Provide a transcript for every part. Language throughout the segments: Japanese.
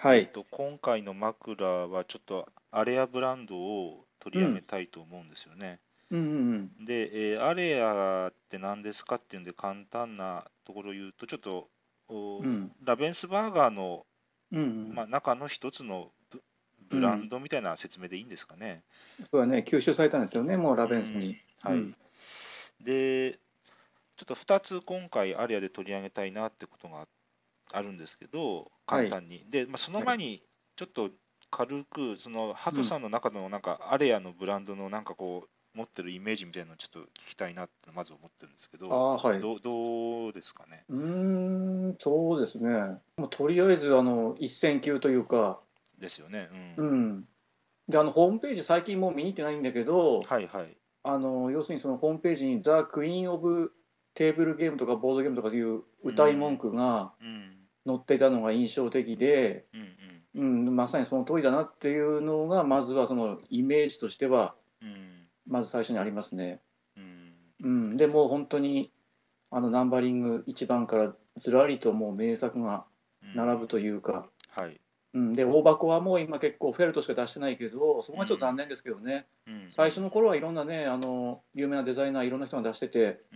はい。 今回の枕はちょっとアレアブランドを取り上げうん。 たいと思うんですよね。 うんうんで、アレアって何ですかっていうんで簡単なところを言うと、ちょっとうん。 ラベンスバーガーの、 うんうん中の一つのブランうん。 ドみたいな説明でいいんですかね。 そうだね、吸収されたんですよね、もうラうん、 ベンスに。うはい。 ん。 で、ちょっと2つ今回アレアで取り上げたいなってことがあるんですけど、 はい。 簡単に。で、そのはい。 前にちょっと軽く、そのハうん。 トさんの中のなんかアレアのブランドのなんかこう、持ってるイメージみたいなのをちょっと聞きたいなってまず思ってるんですけど、 ああ、はい。 どうですかね。 そうですね。もうとりあえず、一線級というか、 ですよね。うん。 うん。で、ホームページ最近もう見に行ってないんだけど、 はいはい。 要するにそのホームページにザ・クイーン・オブ・テーブルゲームとかボードゲームとかいうう歌い文ん。 句がうん。 載っていたのが印象的で、 うん。 うん、まさにその通りだなっていうのが、まずはそのイメージとしては、 うん。うん。 まず最初にありますね。 うん。 うん、でもう本当にナンバリング1番からずらりともう名作がうん。 並ぶというか、 はい。 うん、で大箱はもう今結構フェルトしか出してないけど、そこうん。 がちょっと残念ですけどね。 うん。う最初のん。 頃はいろんなね、有名なデザイナーいろんな人が出してて、 うん。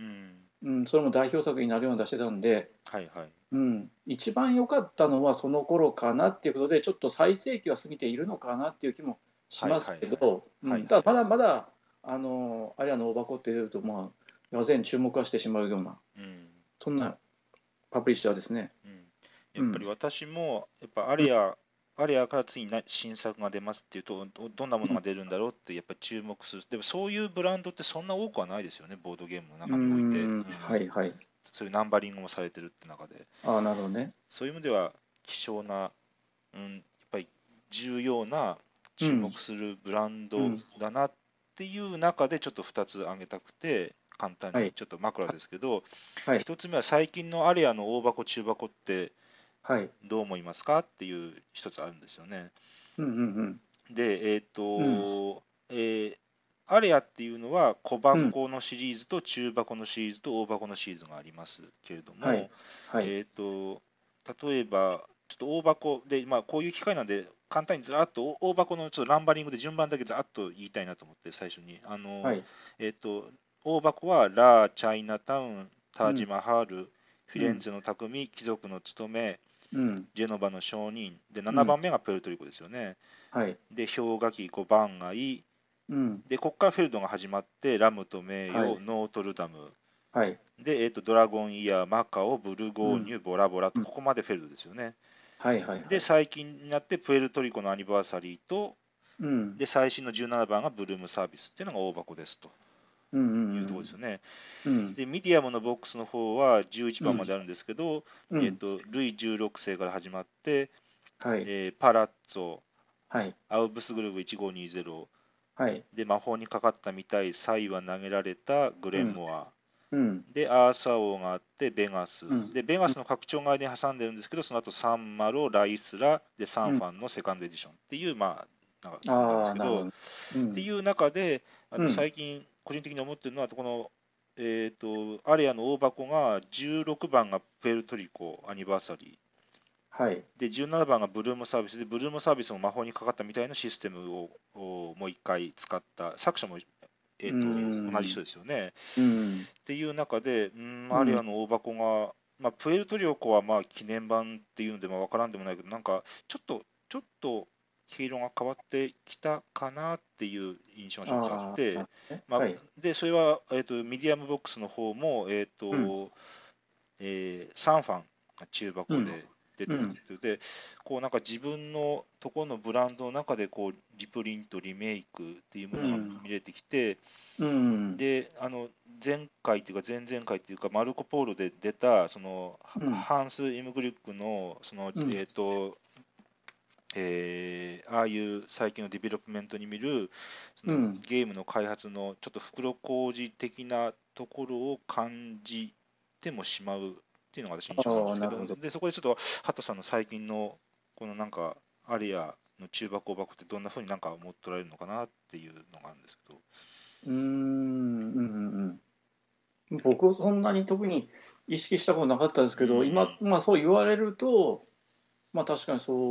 うん、それも代表作になるように出してたんで、 はいはい。 うん、一番良かったのはその頃かなっていうことで、ちょっと最盛期は過ぎているのかなっていう気もしはいますはいはい。 けど、うん、ただはいはい。 まだまだあれらの大箱っていうと、まあ、がぜ注目はしてしまうような、 うん。 そんなパブリッシャーですね。 うん。やっぱりうん。 私も、やっぱうん。 アレアから次に新作が出ますっていうと、どんなものが出るんだろうってやっぱり注目する。でもそういうブランドってそんな多くはないですよね、ボードゲームのう中において。 ん。 うん。 はいはい。 そういうナンバリングもされてるって中で。 ああ、なるほどね。 そういう意味では希少な、やっぱり重要な注うん。 目するブランドうん。 だなっていう中でちょっと2つ挙げたくて、簡単はい。 にちょっと枕ですけど、 はい。 1つ目は最近のアレアの大箱、中箱ってはい。 どう思いますかっていう一つあるんですよね。 うんうんで、 うん。うん。 アレアっていうのは小うん。 箱のシリーズと中箱のシリーズと大箱のシリーズがありますけれどはい。 も、 はい。 えっと、例えば、ちょっと大箱で、こういう機会なんで、簡単にずらっと大箱のちょっとランバリングで順番だけざっと言いたいなと思って、最初に。 はい。 えっと、大箱はラー、チャイナタウン、タージうん。 マハール、フィうん。 レンツェの匠、貴族の務め、 うん。 ジェノバの商人、で、7 うん。 番目がプエルトリコですよね。 はい。 で、氷河期5番街、 うん。 で、ここからフェルドが始まって、ラムと名誉、 はい。 ノートルダム、 はい。 で、ドラゴンイヤー、マカオ、ブルうん。 ゴーニュ、ボラボラと、 うん。 ここまでフェルドですよね。 はいはいはで、 い。 最近になってプエルトリコのアニバーサリーと、 うん。 で、最新の17番がブルームサービスっていうのが大箱ですとうんういうところですんよね。 うん。うん。 で、ミディアムのボックスの方は11 うん。 番まであるんですけど、 うん。 ルイ16世から始まって、 はい。 パラッツォ、 はい。 アウブスグルグ1520、 はい。 で、魔法にかかったみたい、サイは投げられたグうん。 レンモア、 うん。 で、アーサー王があって、ベガス。 うん。 で、ベガスの拡張側に挟んでるんですけど、その後サンマロ、ライスラ、で、サうん。 ンファンのセカンドエディションっていう、なんか分けるんでああ、 すけど、 なるほど。うん。 っていう中で、 うん。 最近、個人的に思ってるのは、アレアの大箱が16番がプエルトリコアニバーサリはい。 ー。で、17番がブルームサービスで、ブルームサービスも魔法にかかったみたいなシステムをもう一回使った、作者も、 う同じ人ん。 ですよね。 うん。 っていう中で、アリアうん。 の大箱が、プエルトリコは記念版っていうので分からんでもないけど、なんかちょっと毛色が変わってきたかなっていう印象が正直あっああ、なるて、 ほどね。はい。 で、それは、ミディアムボックスの方も、 うん。 サンファンが中うん。 箱で出てるんうん。 ですで、こうなんか自分のところのブランドの中でこうリプリント、リメイクっていうものがうん。 見れてきて、 うん。 で、前回っていうか前々回っていうか、マルコ・ポーロで出た、そのうん。 ハンス・イムグリックの、 うん。 ああいう最近のディベロップメントに見る、そのうん。 ゲームの開発のちょっと袋小路的なところを感じてもしまうっていうのが私の印象なんでああ、 すけど、 なるほど。 で、そこでちょっと、ハットさんの最近の、このなんか、アリアの中箱箱ってどんな風になんか思っておられるのかなっていうのがあるんですけど。 うんうんうん。僕そんなに特に意識したことなかったですうん、 けど、今、まあそう言われると、まあ確かにそう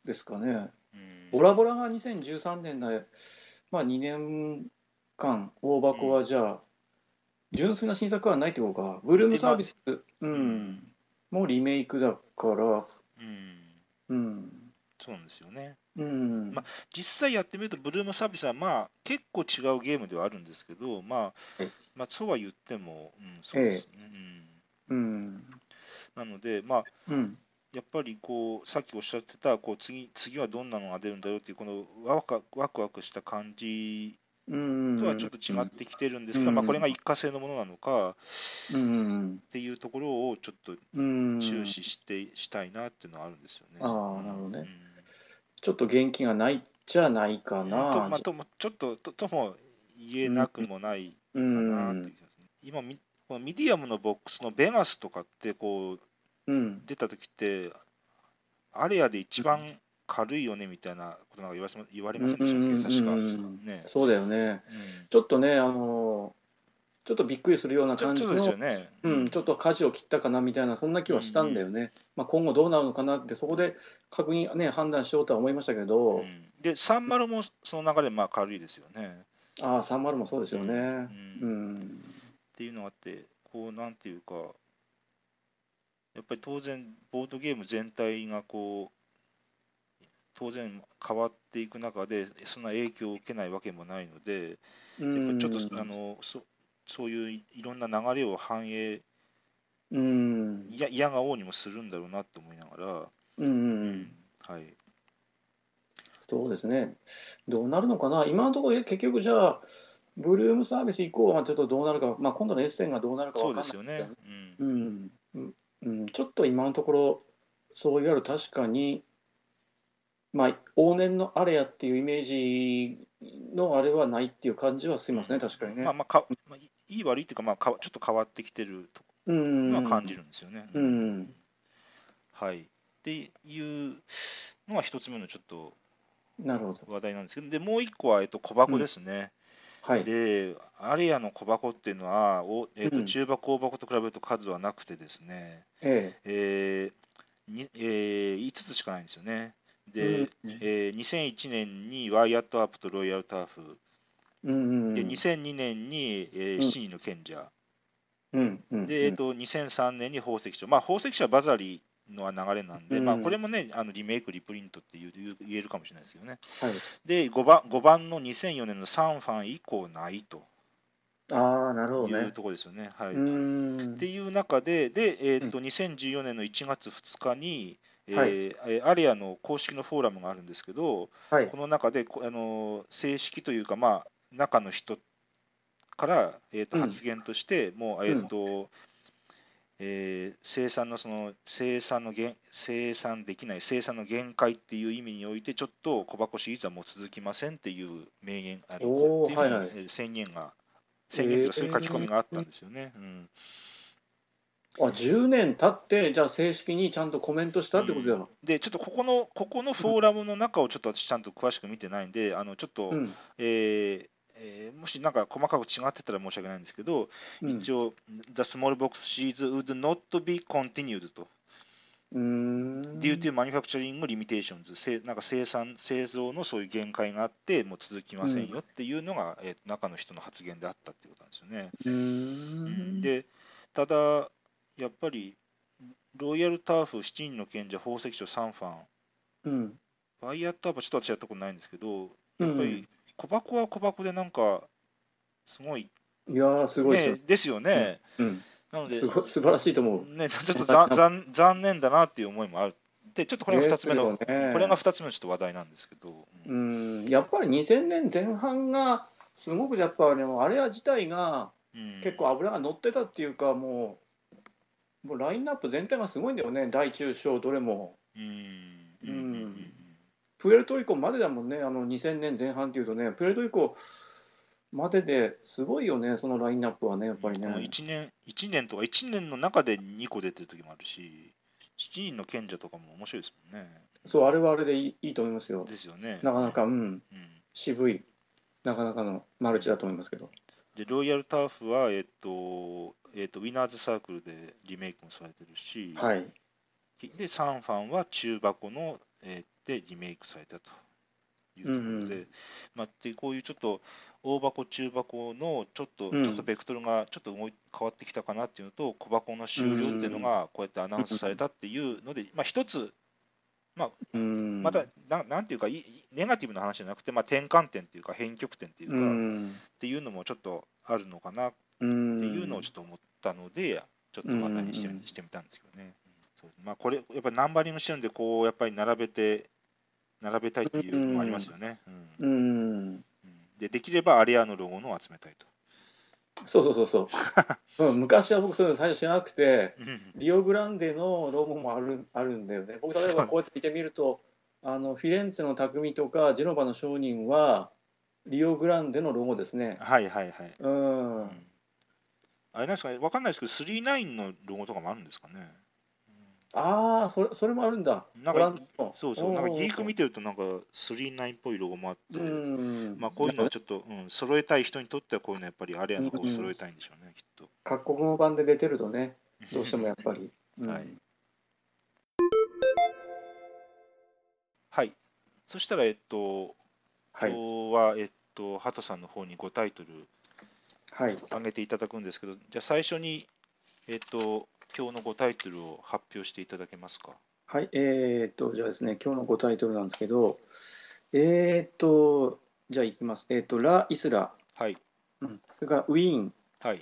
ですかね。 うんボラボラが2013年で、まあ、2年間、大箱はじゃあ、純粋な新作はないってことか。ブルームで、まあ、 サービス、 うんもうリメイクだから、 うん、 うん、 そうなんですよね。 うん、 まあ、実際やってみると、ブルームサービスはまあ結構違うゲームではあるんですけど、まあ、そうは言っても、そうでええ、 すね。 うん、 なので、まあ、 うん、 やっぱりこうさっきおっしゃってた次はどんなのが出るんだろうっていうこのワクワクした感じうん、 とはちょっと違ってきてるんですけど、まあ、これうん、 が一過性のものなのかっうん、 ていうところをちょっとうん、 注視したいなっていうのはあるんですよね。 ああ、なるほどね。ちょっと元気がないっちゃないかな。 まあ、ちょっとも言えうん、 なくもないうかなってん、 いう気がする。今このミディアムのボックスのベガスとかってこううん、 出た時ってアレアで一番軽いよねみたいなことなんか言われませんでしたっけ、確か。ね。 そうだよね。 うん。 ちょっとね、ちょっとびっくりするようなちょっとです感じの、 よね。 ちょっと舵を切ったかなみたいな、そんな気うんうはしたんだんよね。まあ、今後どうなるのかなって、そこで確認、ね、判断しようとは思いましたけど、 で、30もその流れまあ軽いですよね。 ああ、30もそうですよね。 っうん、 ていうのがあって、こう、なんていうか、やっぱり当然、ボードゲーム全体がこう、当然変わっていく中で、そんな影響を受けないわけもないので、 うやっぱりちょっとん、 そういういろんな流れを反映、 うん、 嫌が応にもするんだろうなと思いながら、 うん、 はい。 そうですね。どうなるのかな。今のところ、結局じゃあ、ブルームサービス以降はちょっとどうなるか、まあ、今度のエッセンがどうなるかそう分かんですよね。 ないんだよね。ちょっと今のところ、そういわゆる確かに、まあ、往年のあれやっていうイメージのあれはないっていう感じはしますね、確かにね。 いい悪いっていうか、ちょっと変わってきてるうん、 のは感じるんですよね。 うん、 はい。っていうのが一つ目のちょっとなるほど。 話題なんですけど、で、もう一個は、小箱うん、 ですね。 はい。 で、アレアの小箱っていうのは、 うん、 中箱、大箱と比べると数はなくてですね、 ええ、 え5つしかないんですよね。 うん、 で、2001年にワイヤットアップとロイヤルターフ、 うで、 ん、 2002年に、 うん、 7人の賢者、 うん、うん、 で、2003年に宝石商、宝石商はバザリーの流れなんで、こうん、 れもね、リメイク、リプリントって言えるかもしれないですけどね。 はい。 で、5番の2004年のサンファン以降ないとああ、なるほどね。 いうところですよね。はい。 うってん、 いう中で、 うん、 2014年の1月2日に、 はい、 アレアの公式のフォーラムがあるんですけど、 はい、 この中で正式というか、中の人から、 うん、 発言として、もう、 うん、 生産できない生産の限界っていう意味において、ちょっと小箱シリーズはもう続きませんっていう名言、 おお、 っていうふうにはいはい。 宣言というか、そういう書き込みがあったんええ、 ですよね。 10年経って、じゃあ正式にちゃんとコメントしたってことだ。 で、ちょっとここのフォーラムの中をちょっと私ちゃんと詳しく見てないんで、ちょっと、 うん、 もしなんか細かく違ってたら申し訳ないんですけど、 うん、 一応、The Small Box Series would not be continued と。 うー Due to ん、 manufacturing limitations、なんか製造のそういう限界があって、もう続きうん、 ませんよっていうのが、中の人の発言であったっていうことなんですよね。 うーん、 で、ただ、やっぱり、ロイヤルターフ、7人の賢者、宝石商、サンファン、 うん、 ワイヤーターフはちょっと私やったことないんですけど、 うん。 やっぱり小箱は小箱でなんか、すごい、 いやー、すごいですよね、 ね。 ですようん、 ね。 うん、 なので、 素晴らしいと思う。 ね、ちょっとラインナップ残念だなっていう思いもある。で、ちょっとですよこれがね。 2つ目のちょっと話題なんですけど、 うん、やっぱり2000年前半が、すごくやっぱり、あれ自体がうん、 結構脂が乗ってたっていうか、もうラインナップ全体がすごいんだよね、大中小どれも。 うん、うん、うん、 ううん、 ん、プエルトリコまでだもんね、2000年前半っていうとね、プエルトリコまでですごいよね、そのラインナップはね、やっぱりこのね。 1年とか1年の中で2個出てる時もあるし、7人の賢者とかも面白いですもんね。 そう、あれはあれでいいと思いますよ。 ですよね。 なかなか、 うん。 渋い、なかなかのマルチだと思いますけど。 で、ロイヤルターフは、ウィナーズサークルでリメイクもされてるし、 はい。 で、サンファンは中箱の、 でリメイクされたというところで、でこういうちょっと大箱、中箱のちょっとベクトルがちょっと変わってきたかなっていうのと、小箱の終了っていうのがこうやってアナウンスされたっていうので、一つ、またなんていうか、ネガティブな話じゃなくて、転換点っていうか、変曲点っていうか、っていうのもちょっとあるのかなっていうのをちょっと思ったので、ちょっと話題にしてみたんですけどね。これ、やっぱりナンバリングしてるんで、こう、やっぱり並べたいっていうのもありますよね。できればアレアのロゴのを集めたいと。 そう昔は僕そういうの最初知らなくて、リオグランデのロゴもあるんだよね。僕例えばこうやって見てみると、フィレンツェの匠とかジェノバの商人はリオグランデのロゴですね。 はいはいはい。あれなんですかね、わかんないですけど、39のロゴとかもあるんですかね。 ああ、それもあるんだ。 なんかそうそう、なんかギーク見てると、なんか39っぽいロゴもあって、こういうのはちょっと、揃えたい人にとっては、こういうのやっぱりアレアの方を揃えたいんでしょうね、きっと。 各国の版で出てるとね、どうしてもやっぱり。 はい。はい。そしたら、今日は、ハトさんの方に5タイトル上げていただくんですけど、じゃあ最初に、今日の5タイトルを発表していただけますか。 はい、じゃあですね、今日の5タイトルなんですけど、じゃあいきます。ラ・イスラ、 はい。 それからウィーン、 はい。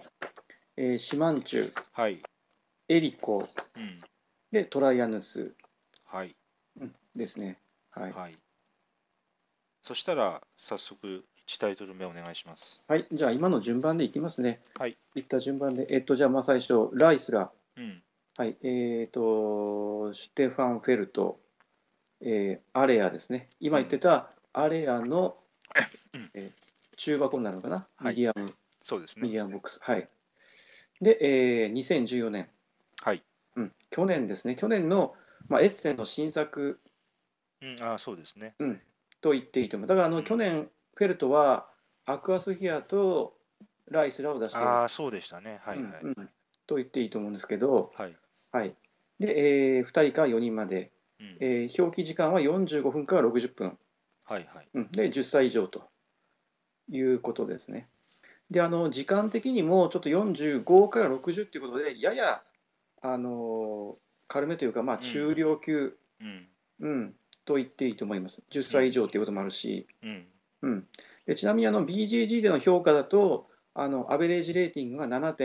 シマンチュ、 はい。 エリコ、で、トライアヌス、 はい。 ですね。はい。 そしたら、早速、1タイトル目お願いします。 はい、じゃあ今の順番でいきますね。 はい。 いった順番で、じゃあ最初、ラ・イスラ、はい、シュテファン・フェルト、アレアですね。今言ってたアレアの、中箱になるのかな、ミディアム、 そうですね。 ミディアムボックス。はい。で、2014年、去年ですね。去年の、エッセンの新作、 そうですね。 と言っていいと思う。だから去年、フェルトはアクアスフィアとライスラを出している。 そうでしたね。はいはい。 と言っていいと思うんですけど、 はい。 で、2人から4人まで、表記時間は45分から60分。 はいはい。 で、10歳以上ということですね。で、時間的にもちょっと45から60ということで、やや、軽めというか、中量級、と言っていいと思います。10歳以上ということもあるし。でちなみにBGG での評価だと、アベレージレーティングが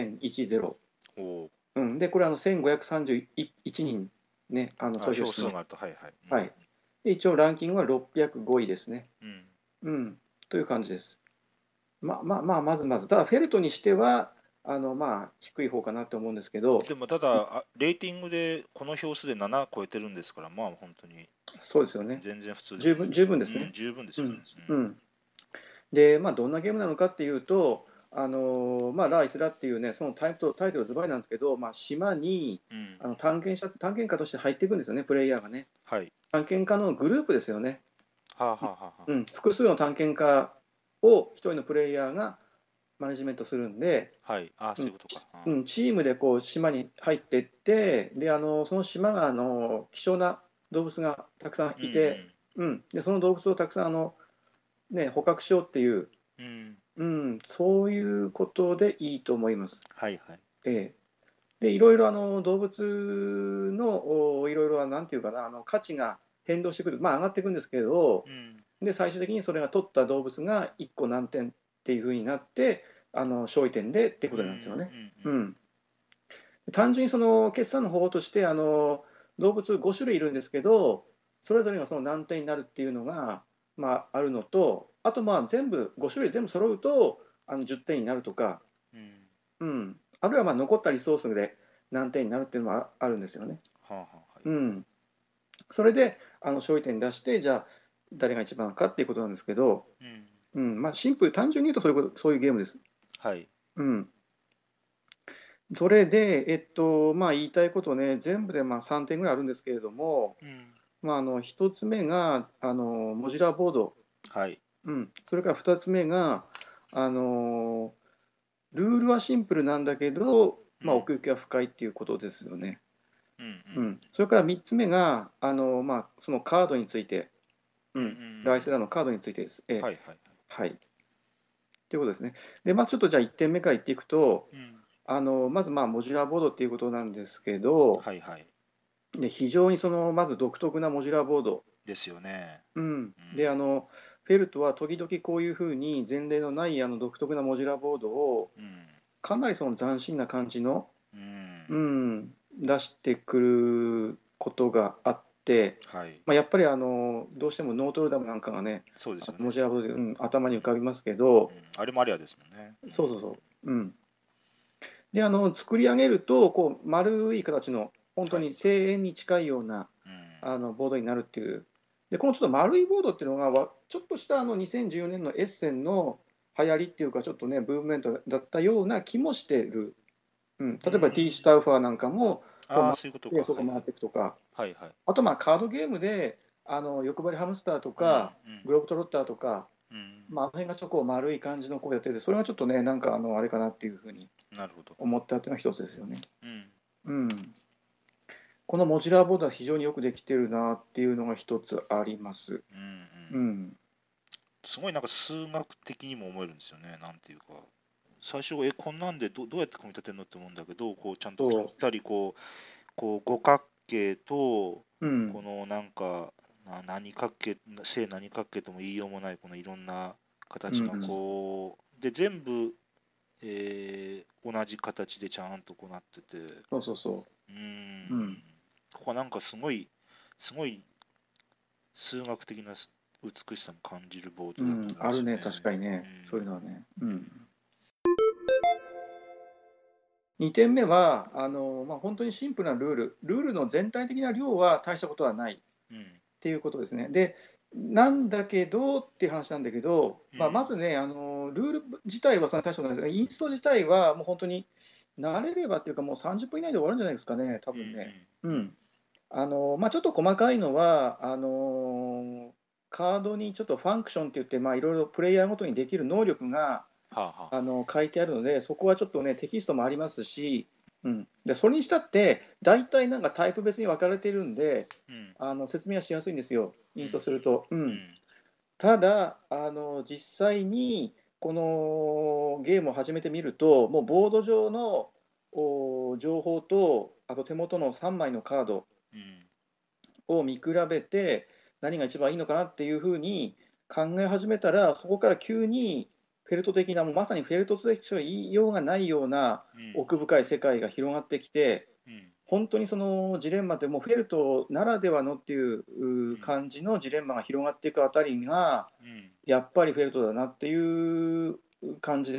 7.10。で、これ1531人、ね、投票してます。で一応ランキングは605位ですね。という感じです。まずまず、ただフェルトにしては、低い方かなと思うんですけど。 でもただ、レーティングでこの票数で7超えてるんですから、本当に。 そうですよね。 全然普通十分ですね。 十分ですよね。 で、どんなゲームなのかっていうと、ラ・イスラっていうね、そのタイトルズバリなんですけど、島に探検家として入っていくんですよね、プレイヤーがね。探検家のグループですよね。複数の探検家を一人のプレイヤーがマネジメントするんで、 そういうことか。 チームでこう島に入っていって、でその島が希少な動物がたくさんいて、でその動物をたくさん捕獲しようっていう、そういうことでいいと思います。でいろいろ動物のいろいろなんていうかな、価値が変動してくる、上がっていくんですけど、で最終的にそれが取った動物が1個何点っていうふうになって勝利点でってことなんですよね。単純にその決算の方法として動物5種類いるんですけど、それぞれがその何点になるっていうのが、あるのと、あと全部5種類全部揃うと10点になるとか、あるいは残ったリソースで何点になるっていうのもあるんですよね。それで勝利点出して、じゃあ誰が一番かっていうことなんですけど、シンプル単純に言うとそういうゲームです。それで、言いたいことね、全部で3点ぐらいあるんですけれども、1つ目がモジュラーボード、それから2つ目がルールはシンプルなんだけど、奥行きは深いっていうことですよね。 それから3つ目がそのカードについて、ライスラーのカードについてです。はいということですね。で、ちょっとじゃあ1点目から言っていくと、まずモジュラーボードっていうことなんですけど、で非常にまず独特なモジュラーボードですよね。 でフェルトは時々こういうふうに前例のない独特なモジュラーボードをかなり斬新な感じの、出してくることがあって、やっぱりどうしてもノートルダムなんかがね、モジュラーボードで、頭に浮かびますけど、 あれもありゃですもんね。 で作り上げるとこう丸い形の本当に声援に近いような、ボードになるっていう。でこのちょっと丸いボードっていうのがちょっとした2014年のエッセンの流行りっていうかちょっとねブームメントだったような気もしてる。例えば T シュタウファーなんかもそこ回っていくとか、あとカードゲームで欲張りハムスターとか、グローブトロッターとか、あの辺がちょっと丸い感じのこうやってて、それはちょっとねなんかあれかなっていうふうに思ったっていうのが一つですよね。このモジュラーボードは非常によくできてるなっていうのが一つあります。 すごいなんか数学的にも思えるんですよね。なんていうか最初こんなんでどうやって組み立てるのって思うんだけど、こうちゃんとぴったりこう五角形と、このなんか何角形正何角形とも言いようもないこのいろんな形がこう、で全部、同じ形でちゃんとこうなってて、ここはなんかすごい数学的な美しさも感じるボードだと思うんですよね。 あるね、確かにね、そういうのはね。2点目は本当にシンプルなルールの全体的な量は大したことはないっていうことですね。でなんだけどっていう話なんだけど、まずねルール自体はそんな大したことないですが、インスト自体はもう本当に慣れればっていうかもう30分以内で終わるんじゃないですかね、多分ね。ちょっと細かいのはカードにちょっとファンクションっていっていろいろプレイヤーごとにできる能力が書いてあるので、そこはちょっとねテキストもありますし、でそれにしたって大体なんかタイプ別に分かれているんで、説明はしやすいんですよ、インストすると。ただ実際にこのゲームを始めてみると、もうボード上の情報とあと手元の3枚のカードを見比べて何が一番いいのかなっていうふうに考え始めたら、そこから急にフェルト的な、もうまさにフェルトとしか言いようがないような奥深い世界が広がってきて、本当にそのジレンマってもうフェルトならではのっていう感じのジレンマが広がっていくあたりがやっぱりフェルトだなっていう感じです。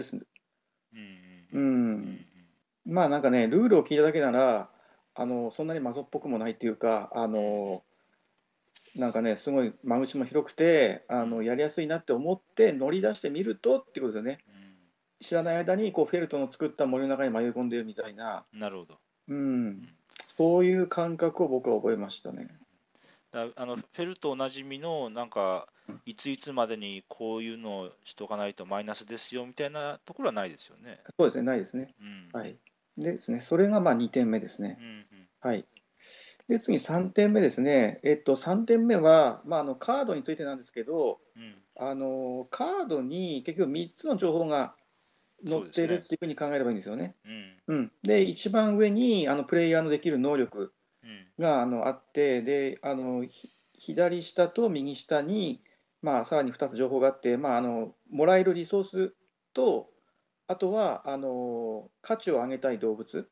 なんかねルールを聞いただけならそんなにマゾっぽくもないっていうかなんかねすごい間口も広くてやりやすいなって思って乗り出してみるとっていうことですよね。知らない間にこうフェルトの作った森の中に迷い込んでいるみたいな。 なるほど。 そういう感覚を僕は覚えましたね。 フェルトおなじみのなんかいついつまでにこういうのをしとかないとマイナスですよみたいなところはないですよね。 そうですね、ないですね。でですね、それが2点目ですね。で次3点目ですね。3点目は、カードについてなんですけど、カードに結局3つの情報が載っているっていうふうに考えればいいんですよね。で一番上にプレイヤーのできる能力があって、で左下と右下に、さらに2つ情報があって、もらえるリソースと、あとは価値を上げたい動物、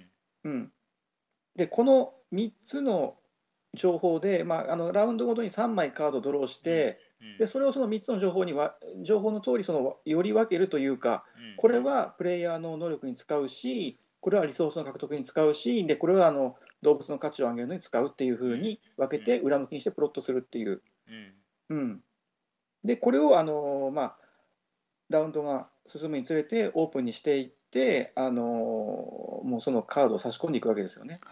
でこの3つの情報で、ラウンドごとに3枚カードをドローして、でそれをその3つの情報の通りより分けるというか、これはプレイヤーの能力に使うし、これはリソースの獲得に使うし、でこれは動物の価値を上げるのに使うっていうふうに分けて裏向きにしてプロットするっていう。でこれをラウンドが進むにつれてオープンにしていって、もうそのカードを差し込んでいくわけですよね。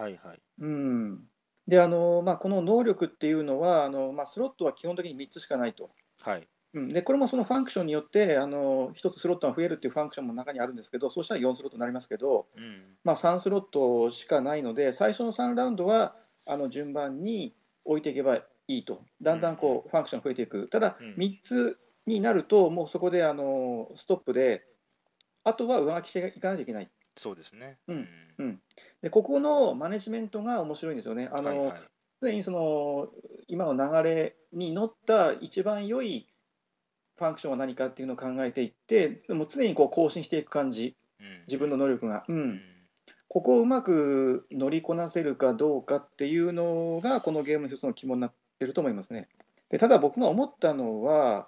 でこの能力っていうのはスロットは基本的に3つしかないと。 で、これもそのファンクションによって1つスロットが増えるっていうファンクションも中にあるんですけど、そうしたら4スロットになりますけど、 うん 3スロットしかないので、最初の3ラウンドは順番に置いていけばいいと、だんだんこうファンクションが増えていく、ただうん 3つになると、もうそこでストップで、あとは上書きしていかないといけない。 そうですね。 うんでここのマネジメントが面白いんですよね。 はいはい。 常にその今の流れに乗った一番良いファンクションは何かっていうのを考えていって、でも常にこう更新していく感じ、自分の能力が。ここをうまく乗りこなせるかどうかっていうのが、このゲームの一つの肝になってると思いますね。でただ僕が思ったのは、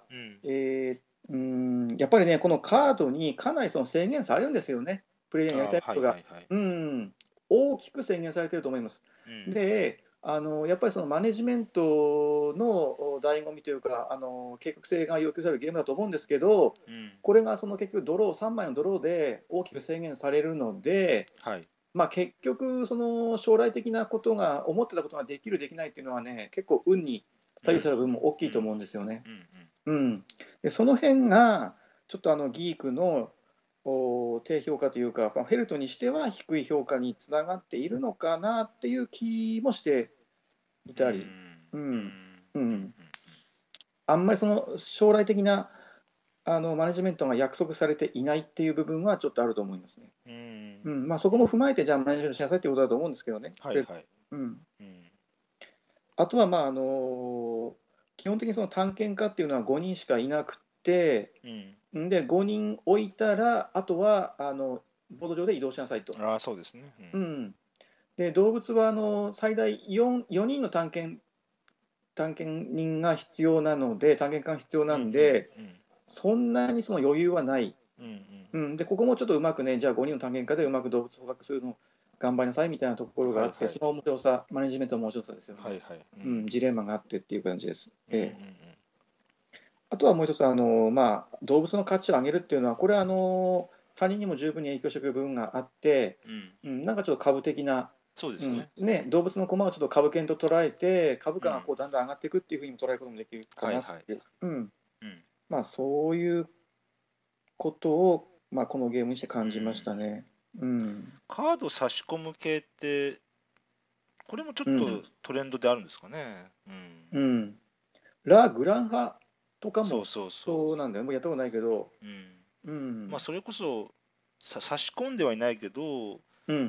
やっぱりね、このカードにかなりその制限されるんですよね、プレイヤーにやりたいことが。大きく制限されてると思います。で、やっぱりそのマネジメントの醍醐味というか、計画性が要求されるゲームだと思うんですけど、これがその結局3枚のドローで大きく制限されるので、結局その将来的なことが思ってたことができるできないっていうのはね、結構運に左右される部分も大きいと思うんですよね。でその辺がちょっとギークの低評価というか、フェルトにしては低い評価につながっているのかなっていう気もしていたり、あんまりその将来的なマネジメントが約束されていないっていう部分はちょっとあると思いますね。そこも踏まえて、じゃあマネジメントしなさいってことだと思うんですけどね。あとは、基本的にその探検家っていうのは5人しかいなくて、で5人置いたら、あとはボード上で移動しなさいと。 そうですね。 で動物は最大 4人の探検人が必要なので、探検家が必要なんで、そんなにその余裕はない。でここもちょっとうまくね、じゃあ5人の探検家でうまく動物捕獲するのを頑張りなさいみたいなところがあって、その面白さ、マネジメントの面白さですよね。ジレンマがあってっていう感じです。あとはもう一つ、動物の価値を上げるっていうのは、これは他人にも十分に影響してくる部分があって、なんかちょっと株的な、動物の駒をちょっと株券と捉えて、株価がこうだんだん上がっていくっていうふうにも捉えることもできるかなっていう、そういうことを、このゲームにして感じましたね。 カード差し込む系って、これもちょっとトレンドであるんですかね。 ラ・グランハとかもそうなんだよ。もうやったことないけど。 それこそ差し込んではいないけど、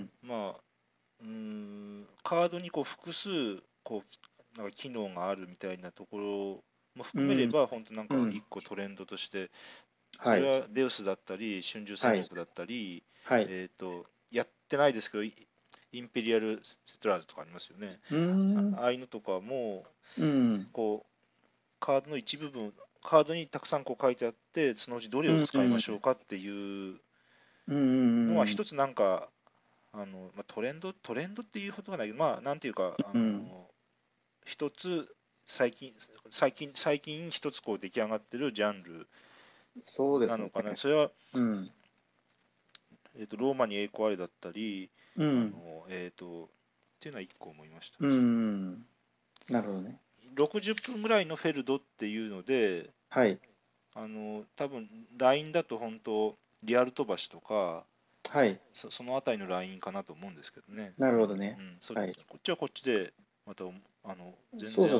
カードにこう複数なんか機能があるみたいなところも含めれば、本当なんか一個トレンドとして、それはデウスだったり、春秋戦国だったり、やってないですけど、インペリアル・セトラーズとかありますよね。ああいうのとかも、こうカードの一部分、カードにたくさんこう書いてあって、そのうちどれを使いましょうかっていうのは、一つなんか、トレンドっていうことがないけど、なんていうか、一つ最近一つこう出来上がってるジャンルなのかな。それは、ローマに栄光あれだったり、っていうのは一個思いました。 なるほどね。 60分ぐらいのフェルドっていうので、多分ラインだと本当リアル飛ばしとか、そのあたりのラインかなと思うんですけどね。 なるほどね。 こっちはこっちでまた全然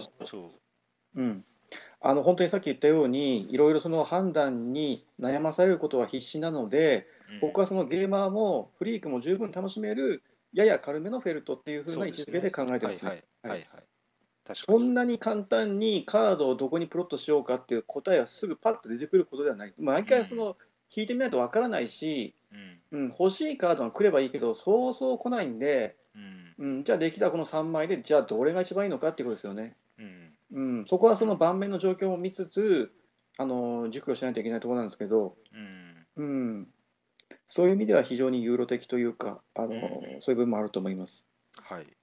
本当にさっき言ったように、いろいろその判断に悩まされることは必至なので、僕はそのゲーマーもフリークも十分楽しめるやや軽めのフェルトっていう風な位置づけで考えてますね。そんなに簡単にカードをどこにプロットしようかっていう答えはすぐパッと出てくることではない。毎回その引いてみないとわからないし、欲しいカードが来ればいいけど、そうそう来ないんで、じゃあできたこの3枚で、じゃあどれが一番いいのかっていうことですよね。そこはその盤面の状況を見つつ、熟慮しないといけないところなんですけど、そういう意味では非常にユーロ的というか、そういう部分もあると思います。